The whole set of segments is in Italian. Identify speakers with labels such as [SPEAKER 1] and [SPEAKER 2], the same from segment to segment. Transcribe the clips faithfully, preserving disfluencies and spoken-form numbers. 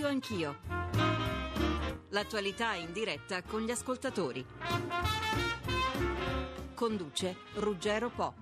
[SPEAKER 1] Radio Anch'io. L'attualità in diretta con gli ascoltatori. Conduce Ruggero Po.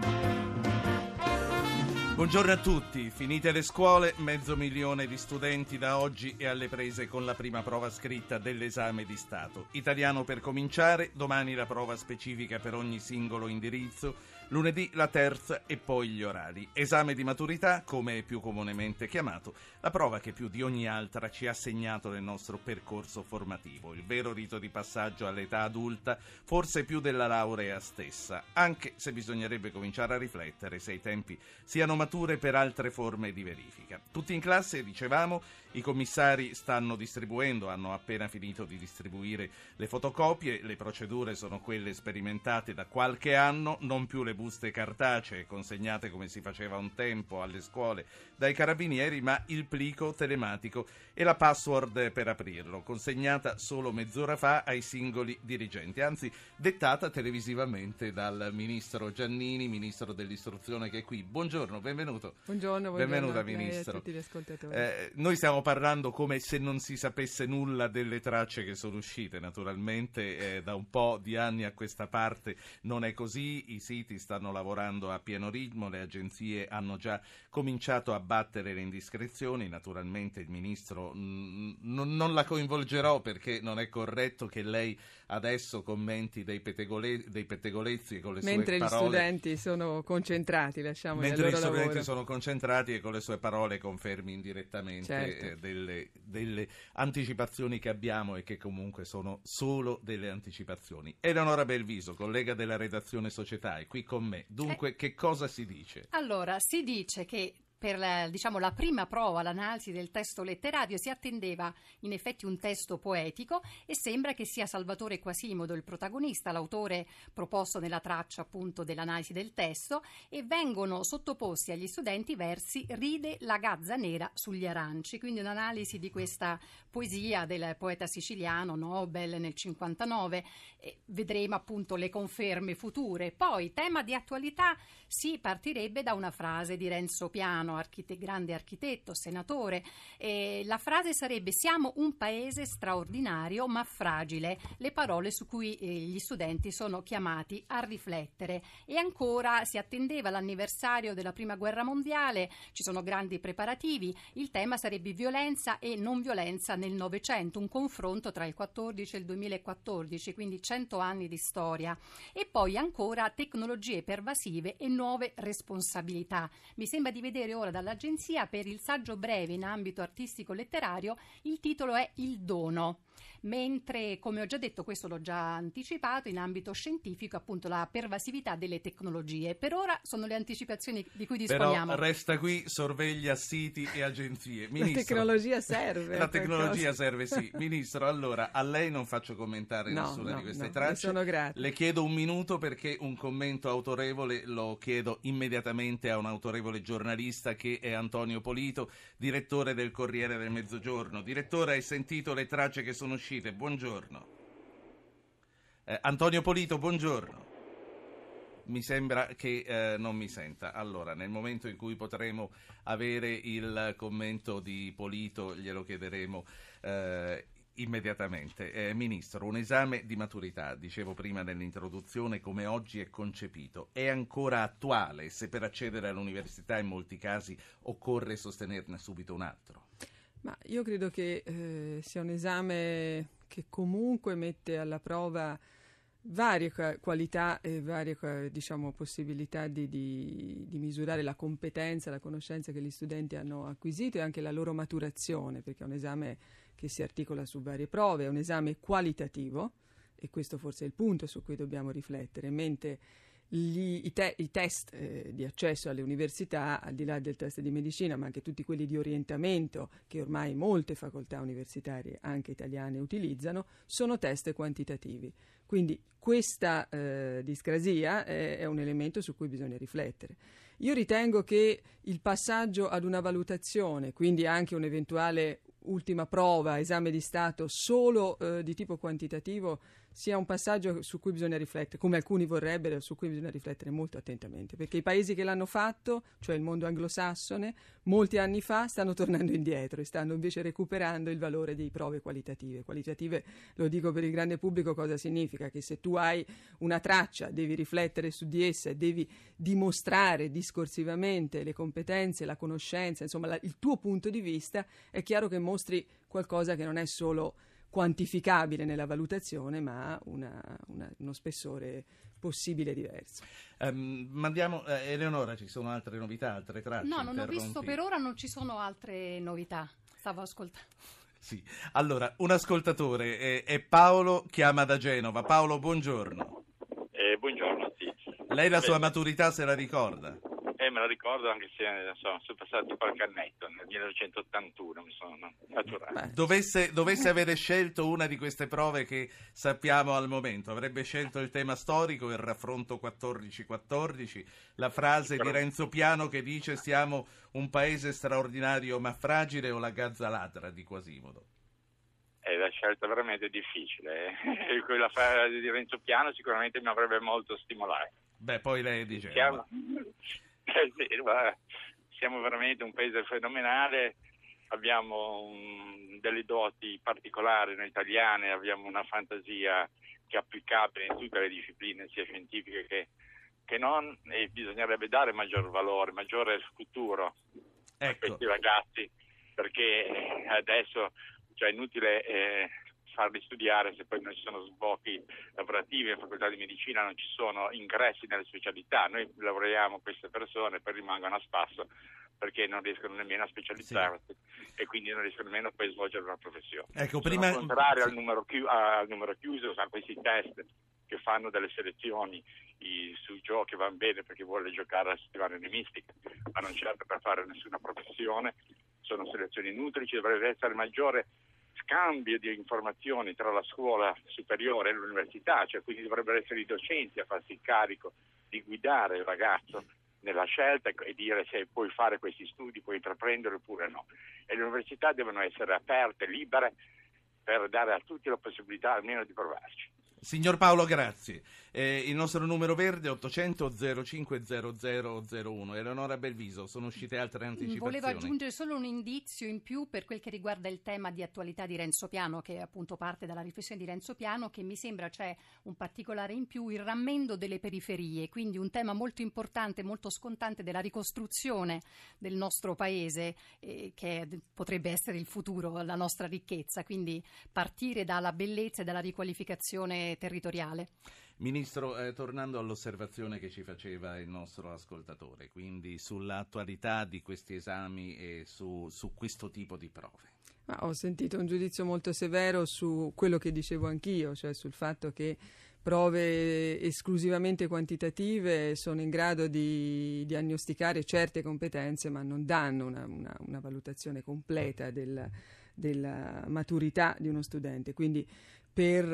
[SPEAKER 2] Buongiorno a tutti, finite le scuole, mezzo milione di studenti da oggi e alle prese con la prima prova scritta dell'esame di Stato. Italiano per cominciare, domani la prova specifica per ogni singolo indirizzo, lunedì la terza e poi gli orali. Esame di maturità, come è più comunemente chiamato, la prova che più di ogni altra ci ha segnato nel nostro percorso formativo, il vero rito di passaggio all'età adulta, forse più della laurea stessa, anche se bisognerebbe cominciare a riflettere se i tempi siano mature per altre forme di verifica. Tutti in classe, dicevamo, i commissari stanno distribuendo, hanno appena finito di distribuire le fotocopie, le procedure sono quelle sperimentate da qualche anno, non più le buste cartacee consegnate come si faceva un tempo alle scuole dai carabinieri, ma il plico telematico e la password per aprirlo, consegnata solo mezz'ora fa ai singoli dirigenti, anzi dettata televisivamente dal ministro Giannini, ministro dell'istruzione, che è qui. Buongiorno, benvenuto.
[SPEAKER 3] Buongiorno, buongiorno
[SPEAKER 2] Benvenuta,
[SPEAKER 3] a
[SPEAKER 2] ministro.
[SPEAKER 3] a tutti gli ascoltatori.
[SPEAKER 2] Eh, noi stiamo parlando come se non si sapesse nulla delle tracce che sono uscite, naturalmente eh, da un po' di anni a questa parte non è così, i siti stanno lavorando a pieno ritmo, le agenzie hanno già cominciato a battere le indiscrezioni, naturalmente il ministro mh, non, non la coinvolgerò perché non è corretto che lei adesso commenti dei, pettegole, dei pettegolezzi con le
[SPEAKER 3] mentre
[SPEAKER 2] sue parole.
[SPEAKER 3] Mentre gli studenti sono concentrati, lasciamo il loro
[SPEAKER 2] Mentre gli studenti
[SPEAKER 3] lavoro.
[SPEAKER 2] sono concentrati e con le sue parole confermi indirettamente
[SPEAKER 3] certo.
[SPEAKER 2] eh, delle, delle anticipazioni che abbiamo e che comunque sono solo delle anticipazioni. Eleonora Belviso, collega della redazione Società, è qui con me. Dunque, eh. che cosa si dice?
[SPEAKER 4] Allora, si dice che per la, diciamo, la prima prova, l'analisi del testo letterario, si attendeva in effetti un testo poetico e sembra che sia Salvatore Quasimodo il protagonista, l'autore proposto nella traccia appunto dell'analisi del testo, e vengono sottoposti agli studenti versi Ride la gazza nera sugli aranci, quindi un'analisi di questa poesia del poeta siciliano Nobel nel cinquantanove. E vedremo appunto le conferme future. Poi, tema di attualità, si partirebbe da una frase di Renzo Piano, Archite- grande architetto, senatore. Eh, la frase sarebbe: siamo un paese straordinario ma fragile, le parole su cui eh, gli studenti sono chiamati a riflettere. E ancora si attendeva l'anniversario della prima guerra mondiale, ci sono grandi preparativi, il tema sarebbe violenza e non violenza nel Novecento, un confronto tra il quattordici e il duemilaquattordici, quindi cento anni di storia. E poi ancora tecnologie pervasive e nuove responsabilità. Mi sembra di vedere ora dall'agenzia per il saggio breve in ambito artistico-letterario, il titolo è Il dono, mentre, come ho già detto, questo l'ho già anticipato, in ambito scientifico appunto la pervasività delle tecnologie. Per ora sono le anticipazioni di cui disponiamo.
[SPEAKER 2] Però resta qui, sorveglia siti e agenzie. Ministro,
[SPEAKER 3] la tecnologia serve.
[SPEAKER 2] La tecnologia serve, sì. Ministro, allora, a lei non faccio commentare
[SPEAKER 3] no,
[SPEAKER 2] nessuna
[SPEAKER 3] no,
[SPEAKER 2] di queste
[SPEAKER 3] no,
[SPEAKER 2] tracce.
[SPEAKER 3] sono grata.
[SPEAKER 2] Le chiedo un minuto perché un commento autorevole lo chiedo immediatamente a un autorevole giornalista che è Antonio Polito, direttore del Corriere del Mezzogiorno. Direttore, hai sentito le tracce che sono uscite? Buongiorno. Eh, Antonio Polito, buongiorno. Mi sembra che eh, non mi senta. Allora, nel momento in cui potremo avere il commento di Polito, glielo chiederemo eh, immediatamente. Eh, Ministro, un esame di maturità, dicevo prima nell'introduzione, come oggi è concepito, è ancora attuale se per accedere all'università in molti casi occorre sostenerne subito un altro?
[SPEAKER 3] Ma io credo che eh, sia un esame che comunque mette alla prova varie qualità e varie, diciamo, possibilità di, di, di misurare la competenza, la conoscenza che gli studenti hanno acquisito e anche la loro maturazione, perché è un esame che si articola su varie prove, è un esame qualitativo e questo forse è il punto su cui dobbiamo riflettere, mentre Gli, i, te, i test eh, di accesso alle università, al di là del test di medicina, ma anche tutti quelli di orientamento che ormai molte facoltà universitarie, anche italiane, utilizzano, sono test quantitativi. Quindi questa eh, discrasia è, è un elemento su cui bisogna riflettere. Io ritengo che il passaggio ad una valutazione, quindi anche un eventuale ultima prova, esame di Stato solo eh, di tipo quantitativo sia un passaggio su cui bisogna riflettere, come alcuni vorrebbero, su cui bisogna riflettere molto attentamente, perché i paesi che l'hanno fatto, cioè il mondo anglosassone, molti anni fa stanno tornando indietro e stanno invece recuperando il valore di prove qualitative. Qualitative, lo dico per il grande pubblico, cosa significa? Che se tu hai una traccia devi riflettere su di essa e devi dimostrare discorsivamente le competenze, la conoscenza, insomma la, il tuo punto di vista, è chiaro che mostri qualcosa che non è solo quantificabile nella valutazione, ma una, una, uno spessore possibile diverso.
[SPEAKER 2] Um, mandiamo, eh, Eleonora, ci sono altre novità, altre tracce?
[SPEAKER 4] No, non ho
[SPEAKER 2] interrompi?
[SPEAKER 4] visto, per ora non ci sono altre novità. Stavo ascoltando.
[SPEAKER 2] Sì, allora, un ascoltatore è, è Paolo, chiama da Genova. Paolo, buongiorno.
[SPEAKER 5] Eh, buongiorno, sì.
[SPEAKER 2] Lei la
[SPEAKER 5] Beh,
[SPEAKER 2] sua maturità se la ricorda?
[SPEAKER 5] Eh, me la ricordo, anche se insomma, sono passati qualche annetto, nel millenovecentottantuno mi sono maturato.
[SPEAKER 3] Beh,
[SPEAKER 2] Dovesse, dovesse avere scelto una di queste prove che sappiamo al momento, avrebbe scelto il tema storico, il raffronto quattordici quattordici, la frase di Renzo Piano che dice siamo un paese straordinario ma fragile, o la gazza ladra di Quasimodo?
[SPEAKER 5] È la scelta veramente difficile. eh. Quella fra- di Renzo Piano sicuramente mi avrebbe molto stimolato.
[SPEAKER 2] Beh, poi lei dice...
[SPEAKER 5] Siamo, eh, sì, guarda, siamo veramente un paese fenomenale, abbiamo un- delle doti particolari noi italiani, abbiamo una fantasia che è applicabile in tutte le discipline, sia scientifiche che, che non, e bisognerebbe dare maggior valore, maggiore futuro a
[SPEAKER 2] Ecco,
[SPEAKER 5] questi ragazzi, perché adesso cioè, è inutile eh, farli studiare se poi non ci sono sbocchi lavorativi in facoltà di medicina, non ci sono ingressi nelle specialità. Noi lavoriamo queste persone e poi rimangono a spasso perché non riescono nemmeno a specializzarsi, sì, e quindi non riescono nemmeno poi a svolgere una professione.
[SPEAKER 2] ecco
[SPEAKER 5] Sono
[SPEAKER 2] prima...
[SPEAKER 5] contrario
[SPEAKER 2] sì.
[SPEAKER 5] al, numero chi- al numero chiuso, a questi test che fanno delle selezioni i, sui giochi, vanno bene perché vuole giocare a settimana enemistica, ma non certo per fare nessuna professione. Sono selezioni inutili, ci dovrebbe essere maggiore scambio di informazioni tra la scuola superiore e l'università, cioè quindi dovrebbero essere i docenti a farsi carico di guidare il ragazzo nella scelta e dire se puoi fare questi studi, puoi intraprendere oppure no. E le università devono essere aperte, libere, per dare a tutti la possibilità almeno di provarci.
[SPEAKER 2] Signor Paolo, grazie. Eh, il nostro numero verde è ottocento zero cinque zero zero zero uno. Eleonora Belviso, sono uscite altre anticipazioni?
[SPEAKER 4] Volevo aggiungere solo un indizio in più per quel che riguarda il tema di attualità di Renzo Piano, che è appunto parte dalla riflessione di Renzo Piano, che mi sembra c'è un particolare in più, il rammendo delle periferie, quindi un tema molto importante, molto scontante della ricostruzione del nostro paese, eh, che potrebbe essere il futuro, la nostra ricchezza, quindi partire dalla bellezza e dalla riqualificazione territoriale.
[SPEAKER 2] Ministro, eh, tornando all'osservazione che ci faceva il nostro ascoltatore, quindi sull'attualità di questi esami e su, su questo tipo di prove.
[SPEAKER 3] Ma ho sentito un giudizio molto severo su quello che dicevo anch'io, cioè sul fatto che prove esclusivamente quantitative sono in grado di diagnosticare certe competenze, ma non danno una, una, una valutazione completa del, della maturità di uno studente. Quindi per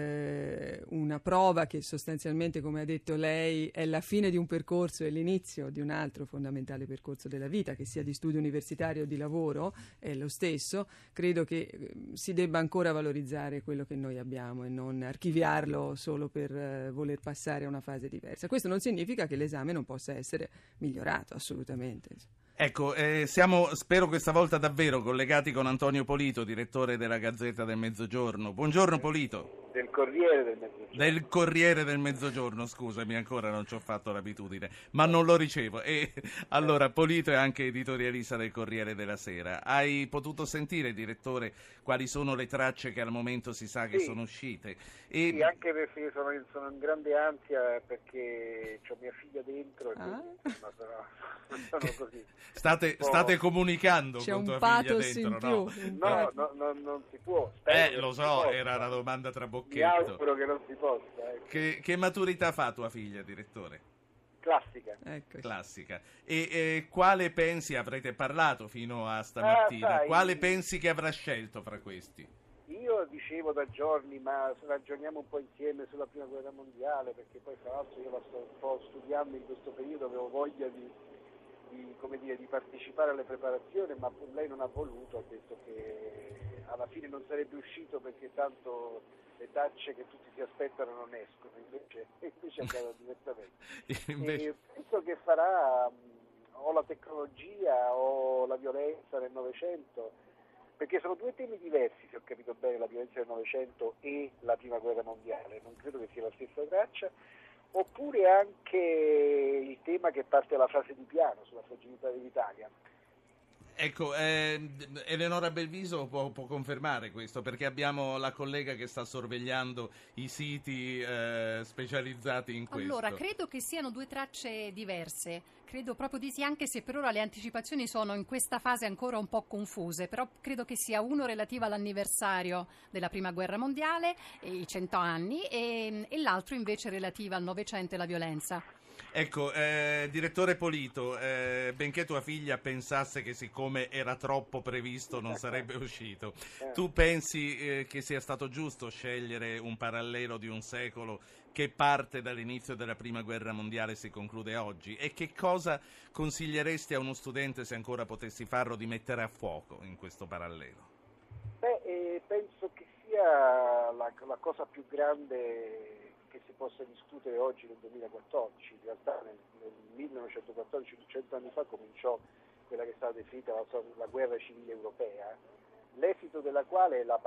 [SPEAKER 3] eh, una prova che sostanzialmente, come ha detto lei, è la fine di un percorso e l'inizio di un altro fondamentale percorso della vita, che sia di studio universitario o di lavoro, è lo stesso, credo che eh, si debba ancora valorizzare quello che noi abbiamo e non archiviarlo solo per eh, voler passare a una fase diversa. Questo non significa che l'esame non possa essere migliorato, assolutamente.
[SPEAKER 2] Ecco, eh, siamo, spero questa volta davvero, collegati con Antonio Polito, direttore della Gazzetta del Mezzogiorno. Buongiorno Polito.
[SPEAKER 6] Del Corriere del Mezzogiorno.
[SPEAKER 2] Del Corriere del Mezzogiorno, scusami, ancora non ci ho fatto l'abitudine, ma non lo ricevo. E allora, Polito è anche editorialista del Corriere della Sera. Hai potuto sentire, direttore, quali sono le tracce che al momento si sa che
[SPEAKER 6] Sì.
[SPEAKER 2] sono uscite? E...
[SPEAKER 6] Sì, anche perché sono in, sono in grande ansia perché ho mia figlia dentro e
[SPEAKER 3] Ah.
[SPEAKER 6] quindi insomma, sono, sono così.
[SPEAKER 2] State,
[SPEAKER 6] Oh.
[SPEAKER 2] state comunicando
[SPEAKER 3] C'è
[SPEAKER 2] con
[SPEAKER 3] un
[SPEAKER 2] tua figlia
[SPEAKER 3] pathos
[SPEAKER 2] dentro,
[SPEAKER 3] in più.
[SPEAKER 2] no?
[SPEAKER 3] un
[SPEAKER 6] No,
[SPEAKER 3] pathos.
[SPEAKER 6] no, no, non si può. Spero
[SPEAKER 2] Eh,
[SPEAKER 6] che
[SPEAKER 2] lo
[SPEAKER 6] non si
[SPEAKER 2] so,
[SPEAKER 6] possa.
[SPEAKER 2] era una domanda tra
[SPEAKER 6] Mi
[SPEAKER 2] bocchetto.
[SPEAKER 6] auguro che non si possa. Ecco.
[SPEAKER 2] Che, che maturità fa tua figlia, direttore?
[SPEAKER 6] Classica.
[SPEAKER 3] Ecco.
[SPEAKER 2] Classica. E eh, quale pensi, avrete parlato fino a stamattina,
[SPEAKER 6] Ah, sai.
[SPEAKER 2] quale pensi che avrà scelto fra questi?
[SPEAKER 6] Io dicevo da giorni, ma ragioniamo un po' insieme sulla prima guerra mondiale, perché poi fra l'altro io la sto un po' studiando in questo periodo, avevo voglia di, di di, come dire, di partecipare alle preparazioni, ma lei non ha voluto, ha detto che alla fine non sarebbe uscito perché tanto le tacce che tutti si aspettano non escono, invece, invece è andato diversamente.
[SPEAKER 2] invece...
[SPEAKER 6] E penso che farà mh, o la tecnologia o la violenza nel Novecento, perché sono due temi diversi, se ho capito bene, la violenza del Novecento e la Prima Guerra Mondiale, non credo che sia la stessa traccia, oppure anche il tema che parte dalla frase di Piano sulla fragilità dell'Italia.
[SPEAKER 2] Ecco, eh, Eleonora Belviso può, può confermare questo, perché abbiamo la collega che sta sorvegliando i siti eh, specializzati in questo.
[SPEAKER 4] Allora, credo che siano due tracce diverse, credo proprio di sì, anche se per ora le anticipazioni sono in questa fase ancora un po' confuse, però credo che sia uno relativo all'anniversario della Prima Guerra Mondiale, e i cento anni, e, e l'altro invece relativo al Novecento e la violenza.
[SPEAKER 2] Ecco, eh, direttore Polito, eh, benché tua figlia pensasse che siccome era troppo previsto non sarebbe uscito, tu pensi eh, che sia stato giusto scegliere un parallelo di un secolo che parte dall'inizio della Prima Guerra Mondiale e si conclude oggi? E che cosa consiglieresti a uno studente, se ancora potessi farlo, di mettere a fuoco in questo parallelo?
[SPEAKER 6] Beh, eh, penso che sia la, la cosa più grande che si possa discutere oggi nel duemilaquattordici. In realtà nel, nel millenovecentoquattordici, cento anni fa, cominciò quella che è stata definita la, la guerra civile europea, l'esito della quale è la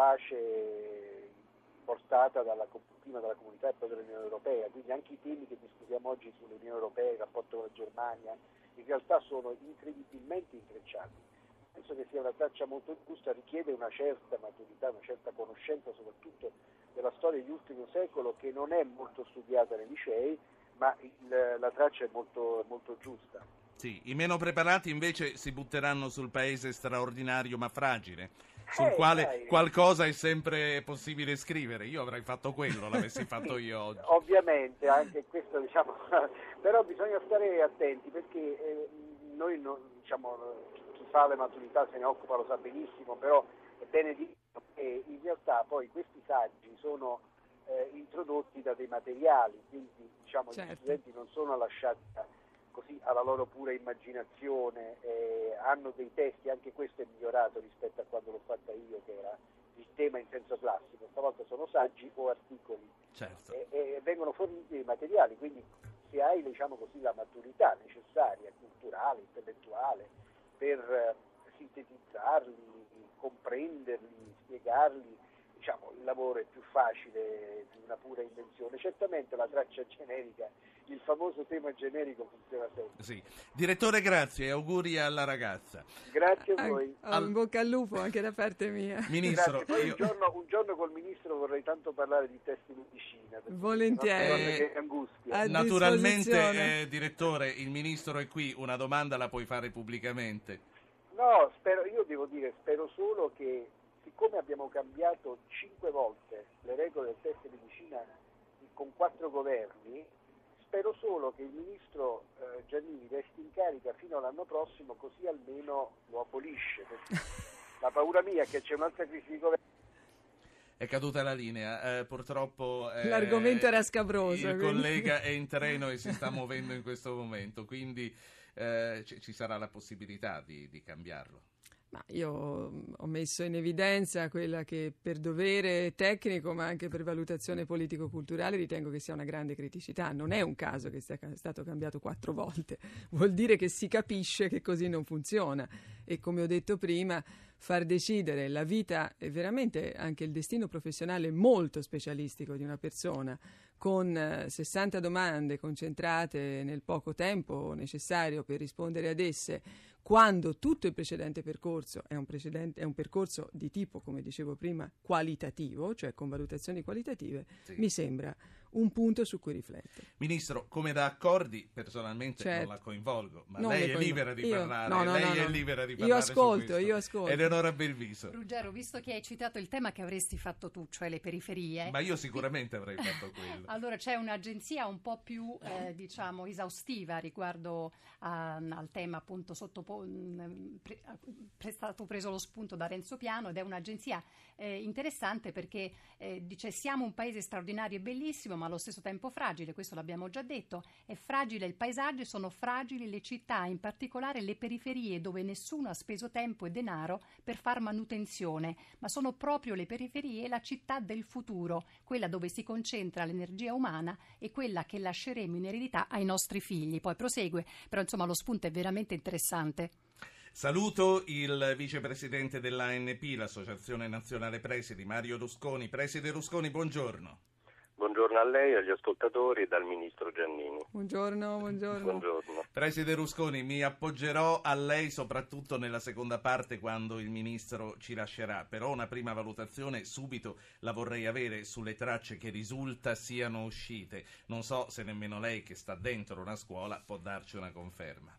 [SPEAKER 6] pace portata dalla, prima dalla comunità e poi dall'Unione Europea, quindi anche i temi che discutiamo oggi sull'Unione Europea, il rapporto con la Germania, in realtà sono incredibilmente intrecciati. Penso che sia una traccia molto giusta, richiede una certa maturità, una certa conoscenza soprattutto della storia dell'ultimo secolo, che non è molto studiata nei licei, ma il, la traccia è molto, molto giusta.
[SPEAKER 2] Sì, i meno preparati invece si butteranno sul paese straordinario ma fragile, sul
[SPEAKER 6] eh,
[SPEAKER 2] quale
[SPEAKER 6] dai.
[SPEAKER 2] qualcosa è sempre possibile scrivere. Io avrei fatto quello, l'avessi fatto io oggi.
[SPEAKER 6] Ovviamente, anche questo, diciamo, però bisogna stare attenti, perché eh, noi, non, diciamo, chi fa le maturità se ne occupa, lo sa benissimo, però è bene dire che in realtà poi questi saggi sono eh, introdotti da dei materiali, quindi diciamo certo. Gli studenti non sono lasciati così alla loro pura immaginazione, eh, hanno dei testi, anche questo è migliorato rispetto a quando l'ho fatta io, che era il tema in senso classico, stavolta sono saggi o articoli,
[SPEAKER 2] certo.
[SPEAKER 6] e, e vengono forniti dei materiali, quindi se hai, diciamo così, la maturità necessaria, culturale, intellettuale, per eh, sintetizzarli, comprenderli, spiegarli, diciamo, il lavoro è più facile di una pura invenzione. Certamente la traccia generica, il famoso tema generico, funziona sempre.
[SPEAKER 2] Sì. Direttore, grazie e auguri alla ragazza.
[SPEAKER 6] Grazie a voi.
[SPEAKER 3] Ah, in bocca al lupo anche da parte mia.
[SPEAKER 2] Ministro,
[SPEAKER 6] Poi
[SPEAKER 2] io...
[SPEAKER 6] un, giorno, un giorno col Ministro vorrei tanto parlare di test di medicina.
[SPEAKER 3] Volentieri.
[SPEAKER 6] Che angustia.
[SPEAKER 3] A
[SPEAKER 2] Naturalmente, eh, Direttore, il Ministro è qui, una domanda la puoi fare pubblicamente.
[SPEAKER 6] No, spero, io devo dire, spero solo che, siccome abbiamo cambiato cinque volte le regole del test di medicina con quattro governi, spero solo che il ministro eh, Giannini resti in carica fino all'anno prossimo, così almeno lo abolisce. La paura mia è che c'è un'altra crisi di governo.
[SPEAKER 2] È caduta la linea, eh, purtroppo eh,
[SPEAKER 3] l'argomento era scabroso.
[SPEAKER 2] Il
[SPEAKER 3] quindi.
[SPEAKER 2] collega è in treno e si sta muovendo in questo momento, quindi eh, c- ci sarà la possibilità di, di cambiarlo.
[SPEAKER 3] Ma io ho messo in evidenza quella che per dovere tecnico ma anche per valutazione politico-culturale ritengo che sia una grande criticità. Non è un caso che sia stato cambiato quattro volte, vuol dire che si capisce che così non funziona e, come ho detto prima, far decidere la vita e veramente anche il destino professionale molto specialistico di una persona con sessanta domande concentrate nel poco tempo necessario per rispondere ad esse, quando tutto il precedente percorso è un, precedente, è un percorso di tipo, come dicevo prima, qualitativo, cioè con valutazioni qualitative, sì. Mi sembra un punto su cui riflettere.
[SPEAKER 2] Ministro, come da accordi, personalmente certo. non la coinvolgo, ma non lei è libera di io, parlare, no, no, lei no, no, è libera di parlare.
[SPEAKER 3] Io ascolto, io ascolto.
[SPEAKER 2] Eleonora Belviso.
[SPEAKER 4] Ruggero, visto che hai citato il tema che avresti fatto tu, cioè le periferie.
[SPEAKER 2] Ma io sicuramente avrei fatto quello.
[SPEAKER 4] Allora c'è un'agenzia un po' più eh, diciamo esaustiva riguardo a, al tema appunto sotto pre, pre, stato preso lo spunto da Renzo Piano, ed è un'agenzia eh, interessante perché eh, dice: siamo un paese straordinario e bellissimo ma allo stesso tempo fragile, questo l'abbiamo già detto, è fragile il paesaggio e sono fragili le città, in particolare le periferie dove nessuno ha speso tempo e denaro per far manutenzione, ma sono proprio le periferie la città del futuro, quella dove si concentra l'energia umana e quella che lasceremo in eredità ai nostri figli. Poi prosegue, però insomma lo spunto è veramente interessante.
[SPEAKER 2] Saluto il vicepresidente dell'A N P, l'Associazione Nazionale Presidi, Mario Rusconi. Preside Rusconi, buongiorno.
[SPEAKER 7] Buongiorno a lei, agli ascoltatori e dal Ministro Giannini.
[SPEAKER 3] Buongiorno, buongiorno.
[SPEAKER 7] Buongiorno.
[SPEAKER 2] Preside Rusconi, mi appoggerò a lei soprattutto nella seconda parte quando il Ministro ci lascerà, però una prima valutazione subito la vorrei avere sulle tracce che risulta siano uscite. Non so se nemmeno lei, che sta dentro una scuola, può darci una conferma.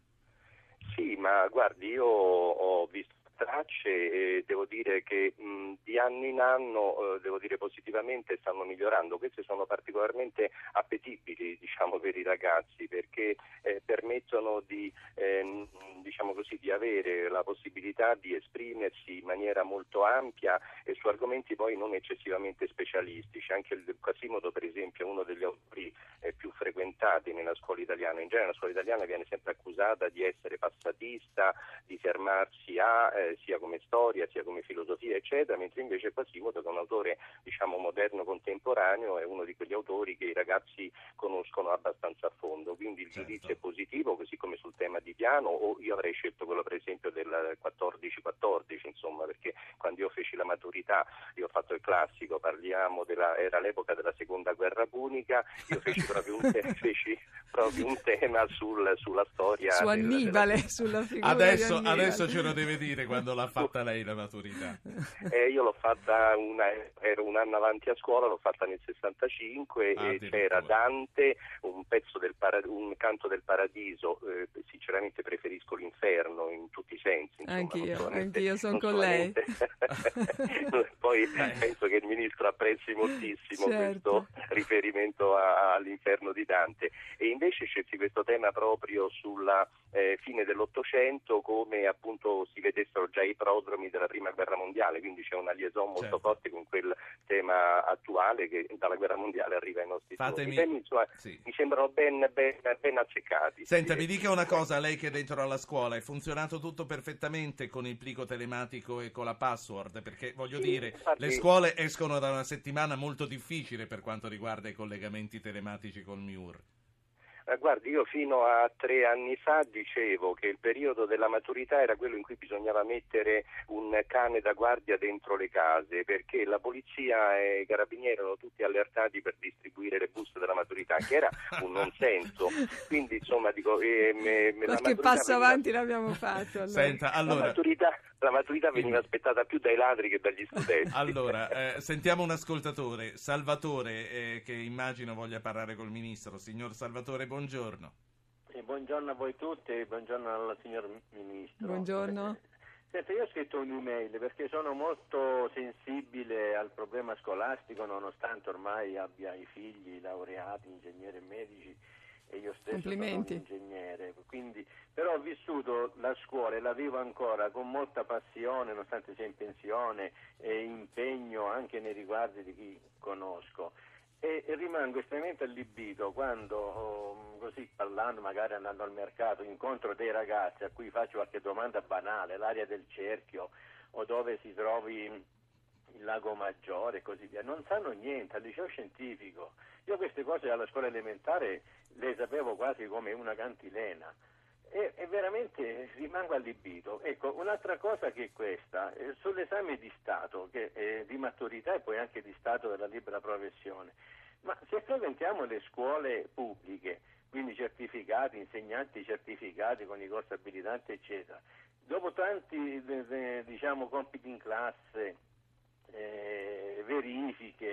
[SPEAKER 7] Sì, ma guardi, io ho visto tracce e devo dire che mh, di anno in anno, eh, devo dire positivamente, stanno migliorando. Queste sono particolarmente appetibili, diciamo, per i ragazzi, perché eh, permettono di, eh, diciamo così, di avere la possibilità di esprimersi in maniera molto ampia e su argomenti poi non eccessivamente specialistici. Anche il Quasimodo, per esempio, è uno degli autori eh, più frequentati nella scuola italiana. In genere la scuola italiana viene sempre accusata di essere passatista, di fermarsi a eh, sia come storia, sia come filosofia, eccetera, mentre invece Quasimodo, che è un autore, diciamo, moderno contemporaneo, è uno di quegli autori che i ragazzi conoscono abbastanza a fondo. Quindi il
[SPEAKER 2] certo.
[SPEAKER 7] giudizio è positivo, così come sul tema di Piano, o io avrei scelto quello per esempio del quattordici quattordici, insomma, perché quando io feci la maturità, io ho fatto il classico, parliamo della, era l'epoca della seconda guerra punica, io feci proprio un, te, feci proprio un tema sul, sulla storia
[SPEAKER 3] su
[SPEAKER 7] del,
[SPEAKER 3] Annibale,
[SPEAKER 7] della...
[SPEAKER 3] sulla figura
[SPEAKER 2] adesso,
[SPEAKER 3] di Annibale.
[SPEAKER 2] adesso ce lo deve dire quando l'ha fatta lei la maturità.
[SPEAKER 7] Eh, io l'ho fatta, una, ero un anno avanti a scuola, l'ho fatta nel sessantacinque
[SPEAKER 2] ah,
[SPEAKER 7] e c'era Dante, un pezzo del para, un canto del paradiso, eh, sinceramente preferisco l'inferno in tutti i sensi. Insomma,
[SPEAKER 3] anch'io, anch'io sono con lei.
[SPEAKER 7] Poi penso che il Ministro apprezzi moltissimo
[SPEAKER 3] certo.
[SPEAKER 7] questo riferimento a, all'inferno di Dante. E invece c'è questo tema proprio sulla eh, fine dell'Ottocento, come appunto si vedessero già i prodromi della Prima Guerra Mondiale, quindi c'è una liaison molto
[SPEAKER 2] certo.
[SPEAKER 7] forte con quel tema attuale che dalla Guerra Mondiale arriva ai nostri
[SPEAKER 2] Fatemi...
[SPEAKER 7] giorni. Insomma,
[SPEAKER 2] sì.
[SPEAKER 7] mi sembrano ben, ben, ben azzeccati.
[SPEAKER 2] Senta, mi dica una cosa, lei che è dentro alla scuola, è funzionato tutto perfettamente con il plico telematico e con la password? Perché voglio
[SPEAKER 7] sì,
[SPEAKER 2] dire,
[SPEAKER 7] infatti...
[SPEAKER 2] le scuole escono da una settimana molto difficile per quanto riguarda i collegamenti telematici col M I U R.
[SPEAKER 7] Eh, guardi, io fino a tre anni fa dicevo che il periodo della maturità era quello in cui bisognava mettere un cane da guardia dentro le case, perché la polizia e i carabinieri erano tutti allertati per distribuire le buste della maturità, che era un non senso. Quindi insomma dico eh, me, me,
[SPEAKER 3] qualche passo veniva... avanti l'abbiamo fatto. Allora.
[SPEAKER 2] Senta, allora...
[SPEAKER 7] la maturità, la maturità veniva aspettata più dai ladri che dagli studenti.
[SPEAKER 2] Allora, eh, sentiamo un ascoltatore, Salvatore, eh, che immagino voglia parlare col Ministro. Signor Salvatore, buongiorno.
[SPEAKER 8] E buongiorno a voi tutti e buongiorno al signor Ministro.
[SPEAKER 3] Buongiorno.
[SPEAKER 8] Senta, io ho scritto un'email perché sono molto sensibile al problema scolastico, nonostante ormai abbia i figli laureati, ingegneri e medici, e io stesso
[SPEAKER 3] Complimenti.
[SPEAKER 8] sono un ingegnere, quindi, però ho vissuto la scuola e la vivo ancora con molta passione, nonostante sia in pensione, e impegno anche nei riguardi di chi conosco. E, e rimango estremamente allibito quando, oh, così parlando, magari andando al mercato, incontro dei ragazzi a cui faccio qualche domanda banale, l'area del cerchio o dove si trovi il lago Maggiore e così via, non sanno niente, al liceo scientifico. Io queste cose alla scuola elementare le sapevo quasi come una cantilena. E, e veramente rimango allibito. Ecco, un'altra cosa che è questa, eh, sull'esame di Stato, che è di maturità e poi anche di Stato della libera professione, ma se frequentiamo le scuole pubbliche, quindi certificati, insegnanti certificati con i corsi abilitanti, eccetera, dopo tanti eh, diciamo compiti in classe, eh, verifiche,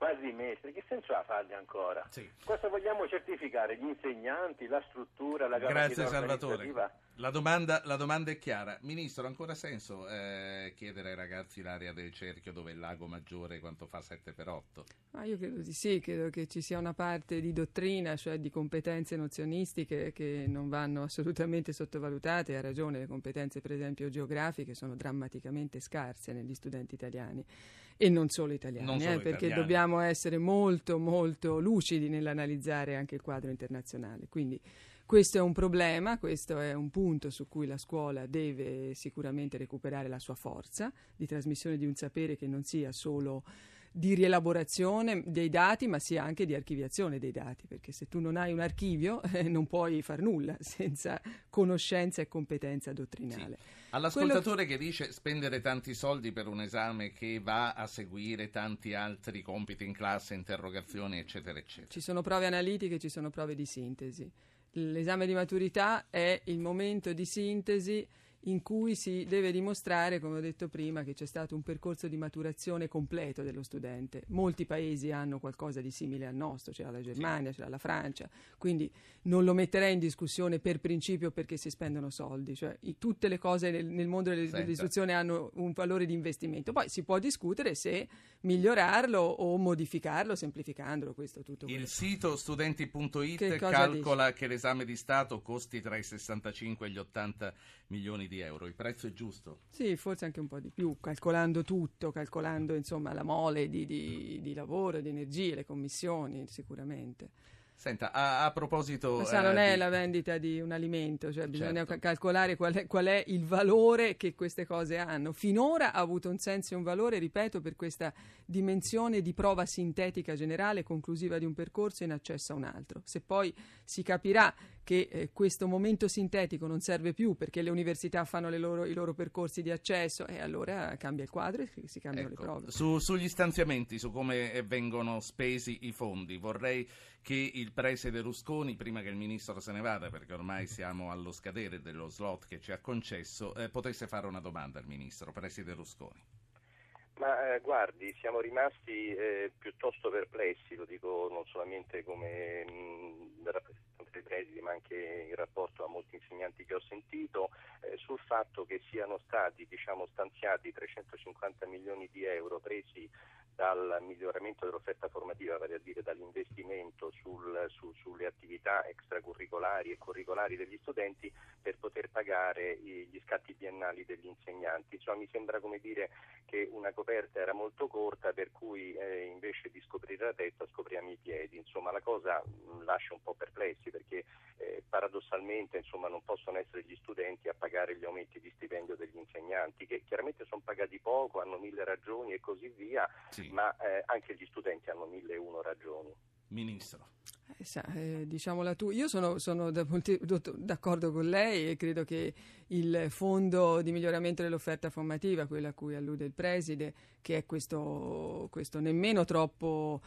[SPEAKER 8] quadrimestre, che senso ha farli ancora?
[SPEAKER 2] Sì.
[SPEAKER 8] Cosa vogliamo certificare? Gli insegnanti, la struttura, la capacità
[SPEAKER 2] Grazie Salvatore.
[SPEAKER 8] organizzativa?
[SPEAKER 2] La domanda, la domanda è chiara. Ministro, ha ancora senso eh, chiedere ai ragazzi l'area del cerchio dove il lago Maggiore quanto fa sette per otto?
[SPEAKER 3] Ah, io credo di sì, credo che ci sia una parte di dottrina, cioè di competenze nozionistiche che non vanno assolutamente sottovalutate. Ha ragione, le competenze per esempio geografiche sono drammaticamente scarse negli studenti italiani e non solo italiani,
[SPEAKER 2] Non
[SPEAKER 3] eh,
[SPEAKER 2] solo
[SPEAKER 3] perché
[SPEAKER 2] italiani.
[SPEAKER 3] dobbiamo essere molto molto lucidi nell'analizzare anche il quadro internazionale. Quindi questo è un problema, questo è un punto su cui la scuola deve sicuramente recuperare la sua forza di trasmissione di un sapere che non sia solo di rielaborazione dei dati, ma sia anche di archiviazione dei dati, perché se tu non hai un archivio eh, non puoi far nulla senza conoscenza e competenza dottrinale.
[SPEAKER 2] Sì. All'ascoltatore Quello... che dice spendere tanti soldi per un esame che va a seguire tanti altri compiti in classe, interrogazioni, eccetera, eccetera.
[SPEAKER 3] Ci sono prove analitiche, ci sono prove di sintesi. L'esame di maturità è il momento di sintesi in cui si deve dimostrare, come ho detto prima, che c'è stato un percorso di maturazione completo dello studente. Molti paesi hanno qualcosa di simile al nostro, c'era la Germania, sì. c'era la Francia, quindi non lo metterei in discussione per principio perché si spendono soldi, cioè i, tutte le cose nel, nel mondo delle, dell'istruzione hanno un valore di investimento, poi si può discutere se migliorarlo o modificarlo, semplificandolo, questo tutto.
[SPEAKER 2] Il
[SPEAKER 3] questo.
[SPEAKER 2] sito studenti punto it calcola dici? Che l'esame di Stato costi tra i sessantacinque e gli ottanta milioni di euro. Il prezzo è giusto?
[SPEAKER 3] Sì, forse anche un po' di più, calcolando tutto, calcolando insomma la mole di, di, di lavoro, di energie, le commissioni, sicuramente.
[SPEAKER 2] Senta, a, a proposito...
[SPEAKER 3] Ma sa, non
[SPEAKER 2] eh,
[SPEAKER 3] è
[SPEAKER 2] di...
[SPEAKER 3] la vendita di un alimento, cioè bisogna
[SPEAKER 2] certo.
[SPEAKER 3] ca- calcolare qual è, qual è il valore che queste cose hanno. Finora ha avuto un senso e un valore, ripeto, per questa dimensione di prova sintetica generale, conclusiva di un percorso in accesso a un altro. Se poi si capirà che eh, questo momento sintetico non serve più perché le università fanno le loro, i loro percorsi di accesso, e allora cambia il quadro e si cambiano
[SPEAKER 2] ecco,
[SPEAKER 3] le prove.
[SPEAKER 2] Su, sugli stanziamenti, su come vengono spesi i fondi, vorrei che il preside Rusconi, prima che il ministro se ne vada, perché ormai siamo allo scadere dello slot che ci ha concesso, eh, potesse fare una domanda al ministro. Preside Rusconi.
[SPEAKER 7] Ma eh, guardi, siamo rimasti eh, piuttosto perplessi, lo dico non solamente come mh, rappresentante dei presidi, ma anche in rapporto a molti insegnanti che ho sentito, eh, sul fatto che siano stati, diciamo, stanziati trecentocinquanta milioni di euro presi dal miglioramento dell'offerta formativa, vale a dire dall'investimento sul, su, sulle attività extracurricolari e curricolari degli studenti per poter pagare i, gli scatti biennali degli insegnanti. Insomma, mi sembra, come dire, che una coperta era molto corta, per cui eh, invece di scoprire la testa scopriamo i piedi. Insomma, la cosa mh, lascia un po' perplessi, perché eh, paradossalmente, insomma, non possono essere gli studenti a pagare gli aumenti di stipendio degli insegnanti, che chiaramente sono pagati poco, hanno mille ragioni e così via, sì. ma eh, anche gli studenti hanno mille e uno ragioni.
[SPEAKER 2] Ministro.
[SPEAKER 3] Eh, sa, eh, diciamola tu, io sono, sono da, d'accordo con lei e credo che il fondo di miglioramento dell'offerta formativa, quello a cui allude il preside, che è questo, questo nemmeno troppo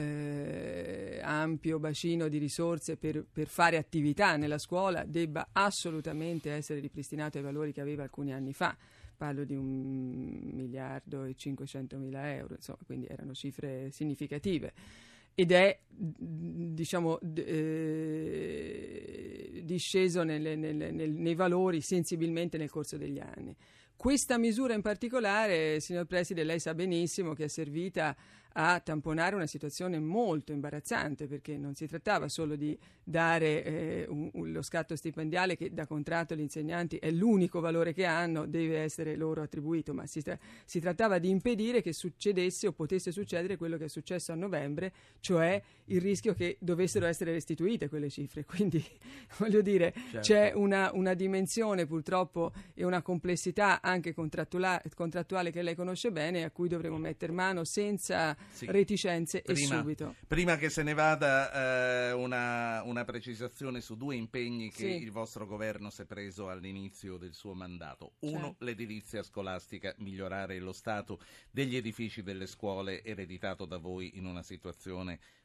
[SPEAKER 3] eh, ampio bacino di risorse per, per fare attività nella scuola, debba assolutamente essere ripristinato ai valori che aveva alcuni anni fa. Parlo di un miliardo e cinquecentomila euro, insomma, quindi erano cifre significative. Ed è, diciamo, d- eh, disceso nelle, nelle, nel, nei valori sensibilmente nel corso degli anni. Questa misura in particolare, signor Preside, lei sa benissimo che è servita a tamponare una situazione molto imbarazzante, perché non si trattava solo di dare eh, un, un, lo scatto stipendiale che da contratto gli insegnanti è l'unico valore che hanno, deve essere loro attribuito, ma si, tra- si trattava di impedire che succedesse o potesse succedere quello che è successo a novembre, cioè il rischio che dovessero essere restituite quelle cifre. Quindi voglio dire, certo. c'è una, una dimensione purtroppo e una complessità anche contrattuale, contrattuale che lei conosce bene, a cui dovremo mettere mano senza Sì. reticenze prima, e subito.
[SPEAKER 2] Prima che se ne vada, eh, una, una precisazione su due impegni che sì. il vostro governo si è preso all'inizio del suo mandato. Uno, certo. l'edilizia scolastica, migliorare lo stato degli edifici delle scuole ereditato da voi in una situazione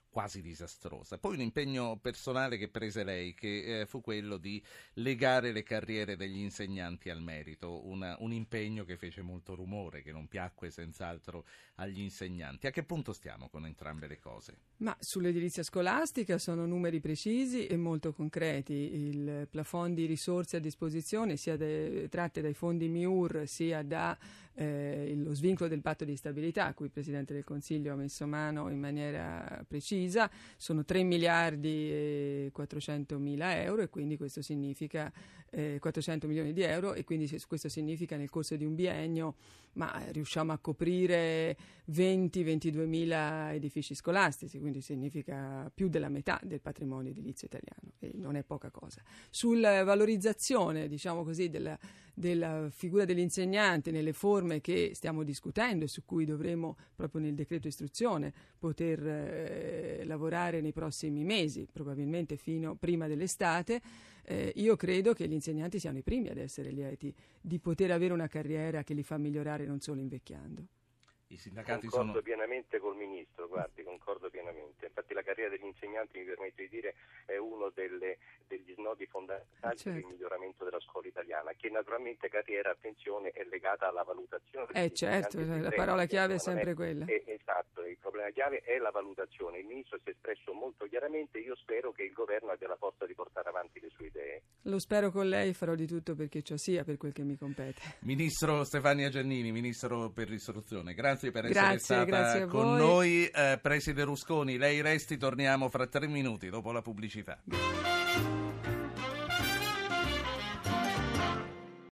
[SPEAKER 2] quasi disastrosa. Poi un impegno personale che prese lei, che eh, fu quello di legare le carriere degli insegnanti al merito, una, un impegno che fece molto rumore, che non piacque senz'altro agli insegnanti. A che punto stiamo con entrambe le cose?
[SPEAKER 3] Ma sull'edilizia scolastica sono numeri precisi e molto concreti. Il plafond di risorse a disposizione, sia de, tratte dai fondi M I U R sia da eh, lo svincolo del patto di stabilità a cui il Presidente del Consiglio ha messo mano in maniera precisa, sono tre miliardi e quattrocentomila euro e quindi questo significa eh, quattrocento milioni di euro e quindi questo significa nel corso di un biennio ma riusciamo a coprire venti ventiduemila edifici scolastici, quindi significa più della metà del patrimonio edilizio italiano e non è poca cosa. Sulla valorizzazione, diciamo così, della, della figura dell'insegnante nelle forme che stiamo discutendo e su cui dovremo proprio nel decreto istruzione poter eh, lavorare nei prossimi mesi, probabilmente fino prima dell'estate, eh, io credo che gli insegnanti siano i primi ad essere lieti di poter avere una carriera che li fa migliorare non solo invecchiando.
[SPEAKER 2] I sindacati
[SPEAKER 7] concordo
[SPEAKER 2] sono...
[SPEAKER 7] pienamente col Ministro, guardi, concordo pienamente. Infatti la carriera degli insegnanti, mi permetto di dire, è uno delle, degli snodi fondamentali
[SPEAKER 3] certo.
[SPEAKER 7] per il miglioramento della scuola italiana, che naturalmente carriera, attenzione, è legata alla valutazione.
[SPEAKER 3] Eh certo, la parola chiave è sempre quella.
[SPEAKER 7] È, esatto, il problema chiave è la valutazione. Il Ministro si è espresso molto chiaramente, io spero che il Governo abbia la forza di portare avanti le sue idee.
[SPEAKER 3] Lo spero con lei, farò di tutto perché ciò sia per quel che mi compete.
[SPEAKER 2] Ministro Stefania Giannini, Ministro per l'istruzione, grazie per essere
[SPEAKER 3] grazie,
[SPEAKER 2] stata
[SPEAKER 3] grazie
[SPEAKER 2] con noi. Eh, Preside Rusconi, lei resti, torniamo fra tre minuti dopo la pubblicità.